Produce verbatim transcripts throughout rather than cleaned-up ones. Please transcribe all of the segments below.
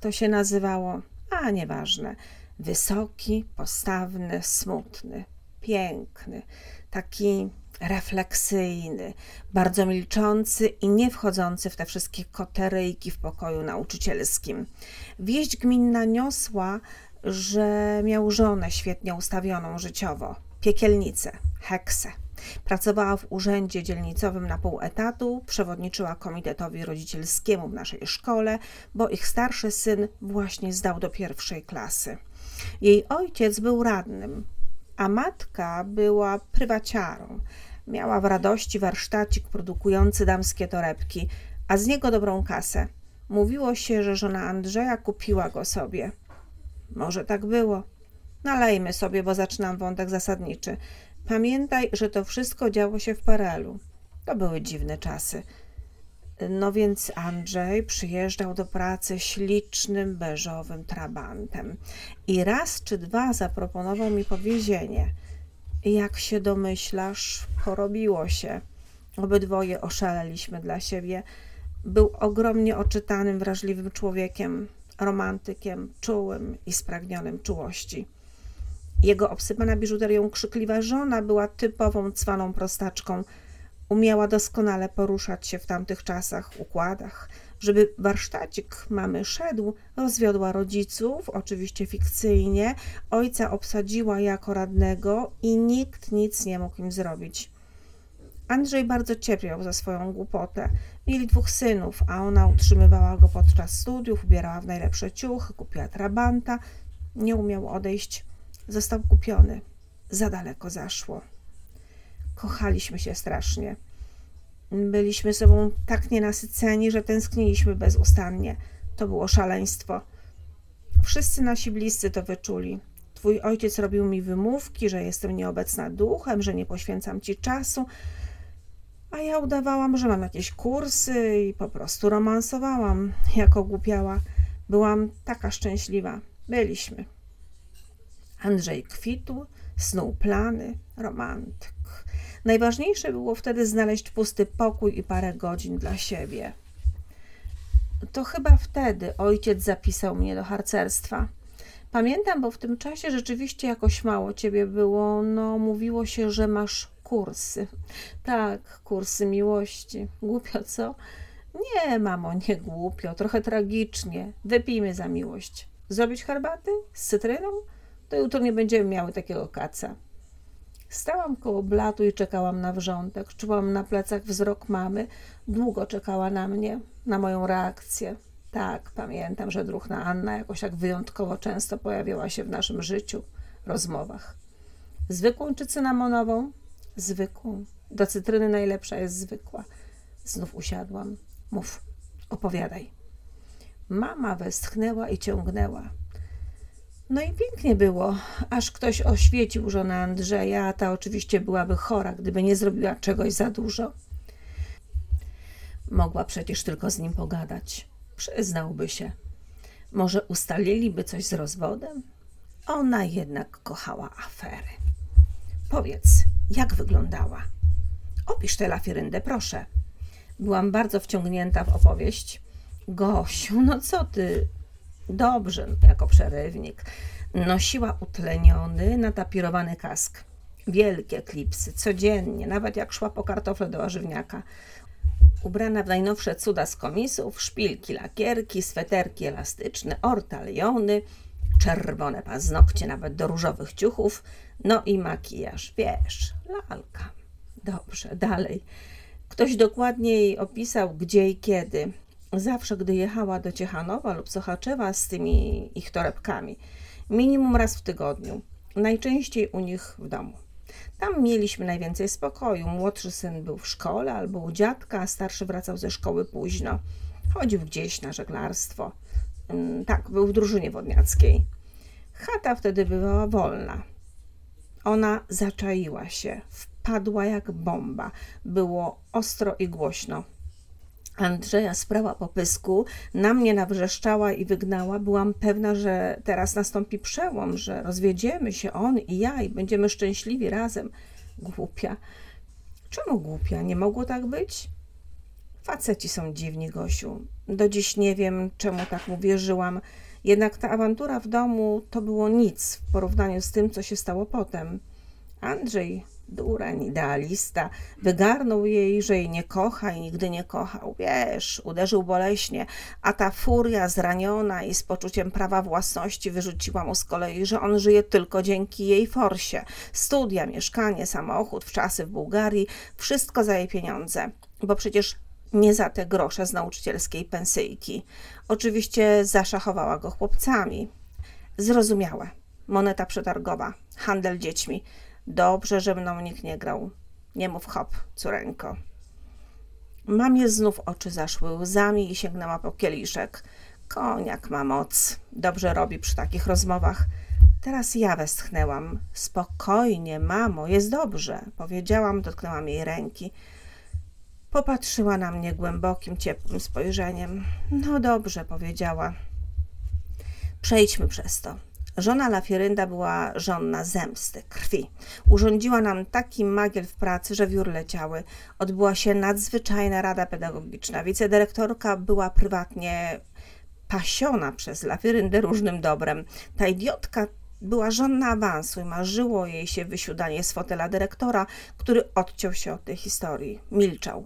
to się nazywało, a nieważne. Wysoki, postawny, smutny, piękny, taki refleksyjny, bardzo milczący i nie wchodzący w te wszystkie koteryjki w pokoju nauczycielskim. Wieść gminna niosła, że miał żonę świetnie ustawioną życiowo, piekielnicę, heksę. Pracowała w urzędzie dzielnicowym na pół etatu, przewodniczyła komitetowi rodzicielskiemu w naszej szkole, bo ich starszy syn właśnie zdał do pierwszej klasy. Jej ojciec był radnym, a matka była prywaciarą. Miała w radości warsztacik produkujący damskie torebki, a z niego dobrą kasę. Mówiło się, że żona Andrzeja kupiła go sobie. Może tak było. Nalejmy sobie, bo zaczynam wątek zasadniczy. Pamiętaj, że to wszystko działo się w P R L u. To były dziwne czasy. No więc Andrzej przyjeżdżał do pracy ślicznym, beżowym trabantem i raz czy dwa zaproponował mi powiezienie. Jak się domyślasz, porobiło się. Obydwoje oszaleliśmy dla siebie. Był ogromnie oczytanym, wrażliwym człowiekiem, romantykiem, czułym i spragnionym czułości. Jego obsypana biżuterią krzykliwa żona była typową cwaną prostaczką. Umiała doskonale poruszać się w tamtych czasach, układach. Żeby warsztacik mamy szedł, rozwiodła rodziców, oczywiście fikcyjnie, ojca obsadziła jako radnego i nikt nic nie mógł im zrobić. Andrzej bardzo cierpiał za swoją głupotę. Mieli dwóch synów, a ona utrzymywała go podczas studiów, ubierała w najlepsze ciuchy, kupiła trabanta. Nie umiał odejść. Został kupiony. Za daleko zaszło. Kochaliśmy się strasznie. Byliśmy sobą tak nienasyceni, że tęskniliśmy bezustannie. To było szaleństwo. Wszyscy nasi bliscy to wyczuli. Twój ojciec robił mi wymówki, że jestem nieobecna duchem, że nie poświęcam ci czasu, a ja udawałam, że mam jakieś kursy i po prostu romansowałam, jako głupiała. Byłam taka szczęśliwa. Byliśmy. Andrzej kwitł, snuł plany, romantyk. Najważniejsze było wtedy znaleźć pusty pokój i parę godzin dla siebie. To chyba wtedy ojciec zapisał mnie do harcerstwa. Pamiętam, bo w tym czasie rzeczywiście jakoś mało ciebie było. No, mówiło się, że masz kursy. Tak, kursy miłości. Głupio, co? Nie, mamo, nie głupio, trochę tragicznie. Wypijmy za miłość. Zrobić herbaty z cytryną? To jutro nie będziemy miały takiego kaca. Stałam koło blatu i czekałam na wrzątek. Czułam na plecach wzrok mamy. Długo czekała na mnie, na moją reakcję. Tak, pamiętam, że druhna Anna jakoś tak wyjątkowo często pojawiała się w naszym życiu, rozmowach. Zwykłą czy cynamonową? Zwykłą. Do cytryny najlepsza jest zwykła. Znów usiadłam. Mów, opowiadaj. Mama westchnęła i ciągnęła. No i pięknie było, aż ktoś oświecił żonę Andrzeja, a ta oczywiście byłaby chora, gdyby nie zrobiła czegoś za dużo. Mogła przecież tylko z nim pogadać. Przyznałby się. Może ustaliliby coś z rozwodem? Ona jednak kochała afery. Powiedz, jak wyglądała? Opisz tę lafiryndę, proszę. Byłam bardzo wciągnięta w opowieść. Gosiu, no co ty... Dobrze, jako przerywnik. Nosiła utleniony, natapirowany kask. Wielkie klipsy, codziennie, nawet jak szła po kartofle do warzywniaka. Ubrana w najnowsze cuda z komisów, szpilki, lakierki, sweterki elastyczne, ortaliony, czerwone paznokcie nawet do różowych ciuchów, no i makijaż, wiesz, lalka. Dobrze, dalej. Ktoś dokładnie jej opisał, gdzie i kiedy. Zawsze, gdy jechała do Ciechanowa lub Sochaczewa z tymi ich torebkami. Minimum raz w tygodniu. Najczęściej u nich w domu. Tam mieliśmy najwięcej spokoju. Młodszy syn był w szkole albo u dziadka, a starszy wracał ze szkoły późno. Chodził gdzieś na żeglarstwo. Tak, był w drużynie wodniackiej. Chata wtedy bywała wolna. Ona zaczaiła się. Wpadła jak bomba. Było ostro i głośno. Andrzeja sprała po pysku, na mnie nawrzeszczała i wygnała. Byłam pewna, że teraz nastąpi przełom, że rozwiedziemy się on i ja i będziemy szczęśliwi razem. Głupia. Czemu głupia? Nie mogło tak być? Faceci są dziwni, Gosiu. Do dziś nie wiem, czemu tak mu wierzyłam. Jednak ta awantura w domu to było nic w porównaniu z tym, co się stało potem. Andrzej, dureń, idealista, wygarnął jej, że jej nie kocha i nigdy nie kochał. Wiesz, uderzył boleśnie, a ta furia zraniona i z poczuciem prawa własności wyrzuciła mu z kolei, że on żyje tylko dzięki jej forsie. Studia, mieszkanie, samochód, wczasy w Bułgarii, wszystko za jej pieniądze, bo przecież nie za te grosze z nauczycielskiej pensyjki. Oczywiście zaszachowała go chłopcami. Zrozumiałe. Moneta przetargowa, handel dziećmi. Dobrze, że mną nikt nie grał. Nie mów hop, córeńko. Mamie znów oczy zaszły łzami i sięgnęła po kieliszek. Koniak ma moc. Dobrze robi przy takich rozmowach. Teraz ja westchnęłam. Spokojnie, mamo, jest dobrze, powiedziałam, dotknęłam jej ręki. Popatrzyła na mnie głębokim, ciepłym spojrzeniem. No dobrze, powiedziała. Przejdźmy przez to. Żona Lafirynda była żonna zemsty, krwi. Urządziła nam taki magiel w pracy, że wiór leciały. Odbyła się nadzwyczajna rada pedagogiczna. Wicedyrektorka była prywatnie pasiona przez Lafiryndę różnym dobrem. Ta idiotka była żonna awansu i marzyło jej się wysiudanie z fotela dyrektora, który odciął się od tej historii. Milczał.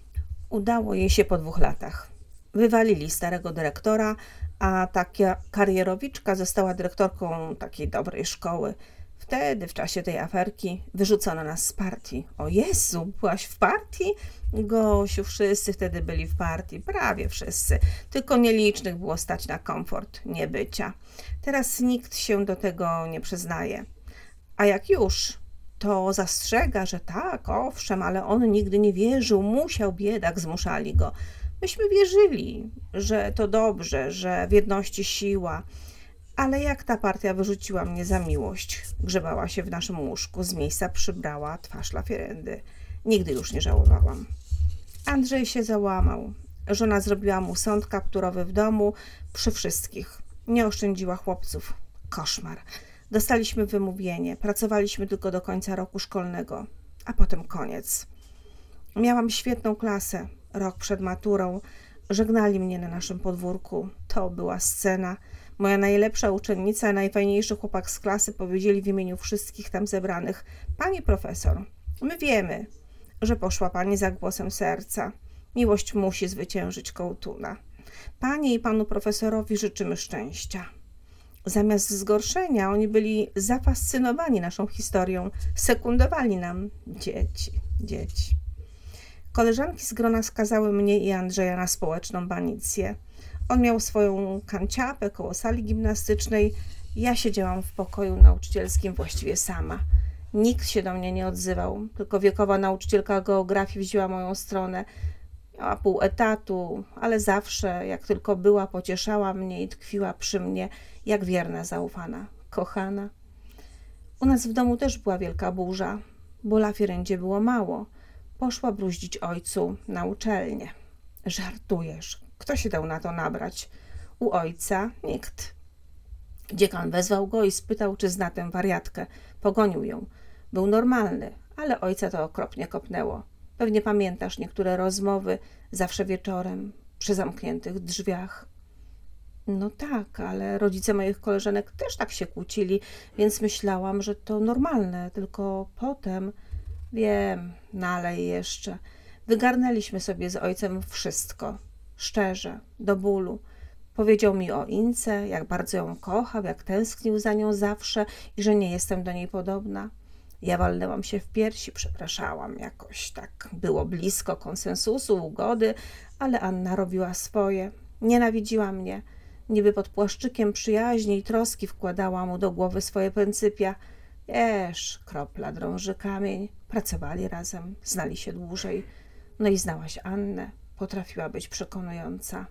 Udało jej się po dwóch latach. Wywalili starego dyrektora, a taka karierowiczka została dyrektorką takiej dobrej szkoły. Wtedy, w czasie tej aferki, wyrzucono nas z partii. O Jezu, byłaś w partii? Gosiu, wszyscy wtedy byli w partii, prawie wszyscy. Tylko nielicznych było stać na komfort niebycia. Teraz nikt się do tego nie przyznaje. A jak już, to zastrzega, że tak, owszem, ale on nigdy nie wierzył, musiał, biedak, zmuszali go. Myśmy wierzyli, że to dobrze, że w jedności siła, ale jak ta partia wyrzuciła mnie za miłość, grzebała się w naszym łóżku, z miejsca przybrała twarz Lafiryndy. Nigdy już nie żałowałam. Andrzej się załamał. Żona zrobiła mu sąd kapturowy w domu przy wszystkich. Nie oszczędziła chłopców. Koszmar. Dostaliśmy wymówienie. Pracowaliśmy tylko do końca roku szkolnego, a potem koniec. Miałam świetną klasę. Rok przed maturą żegnali mnie na naszym podwórku. To była scena. Moja najlepsza uczennica, najfajniejszy chłopak z klasy powiedzieli w imieniu wszystkich tam zebranych: Pani profesor, my wiemy, że poszła pani za głosem serca. Miłość musi zwyciężyć kołtuna. Pani i panu profesorowi życzymy szczęścia. Zamiast zgorszenia, oni byli zafascynowani naszą historią. Sekundowali nam. Dzieci, dzieci. Koleżanki z grona skazały mnie i Andrzeja na społeczną banicję. On miał swoją kanciapę koło sali gimnastycznej. Ja siedziałam w pokoju nauczycielskim właściwie sama. Nikt się do mnie nie odzywał, tylko wiekowa nauczycielka geografii wzięła moją stronę. Miała pół etatu, ale zawsze, jak tylko była, pocieszała mnie i tkwiła przy mnie, jak wierna, zaufana, kochana. U nas w domu też była wielka burza, bo Lafiryndzie było mało. Poszła bruździć ojcu na uczelnię. Żartujesz. Kto się dał na to nabrać? U ojca nikt. Dziekan wezwał go i spytał, czy zna tę wariatkę. Pogonił ją. Był normalny, ale ojca to okropnie kopnęło. Pewnie pamiętasz niektóre rozmowy, zawsze wieczorem, przy zamkniętych drzwiach. No tak, ale rodzice moich koleżanek też tak się kłócili, więc myślałam, że to normalne, tylko potem... Wiem, nalej jeszcze. Wygarnęliśmy sobie z ojcem wszystko. Szczerze, do bólu. Powiedział mi o Ince, jak bardzo ją kochał, jak tęsknił za nią zawsze i że nie jestem do niej podobna. Ja walnęłam się w piersi, przepraszałam jakoś. Tak było blisko konsensusu, ugody, ale Anna robiła swoje. Nienawidziła mnie. Niby pod płaszczykiem przyjaźni i troski wkładała mu do głowy swoje pryncypia. Wiesz, kropla drąży kamień. Pracowali razem, znali się dłużej. No i znałaś Annę. Potrafiła być przekonująca.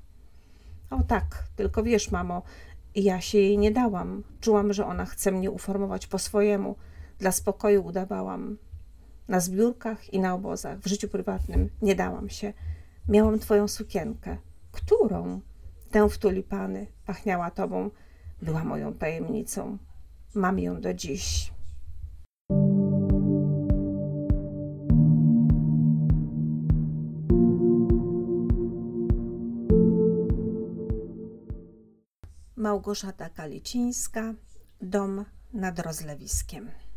O tak, tylko wiesz, mamo, ja się jej nie dałam. Czułam, że ona chce mnie uformować po swojemu. Dla spokoju udawałam. Na zbiórkach i na obozach, w życiu prywatnym nie dałam się. Miałam twoją sukienkę. Którą? Tę w tulipany. Pachniała tobą. Była moją tajemnicą. Mam ją do dziś. Małgorzata Kalicińska, Dom nad Rozlewiskiem.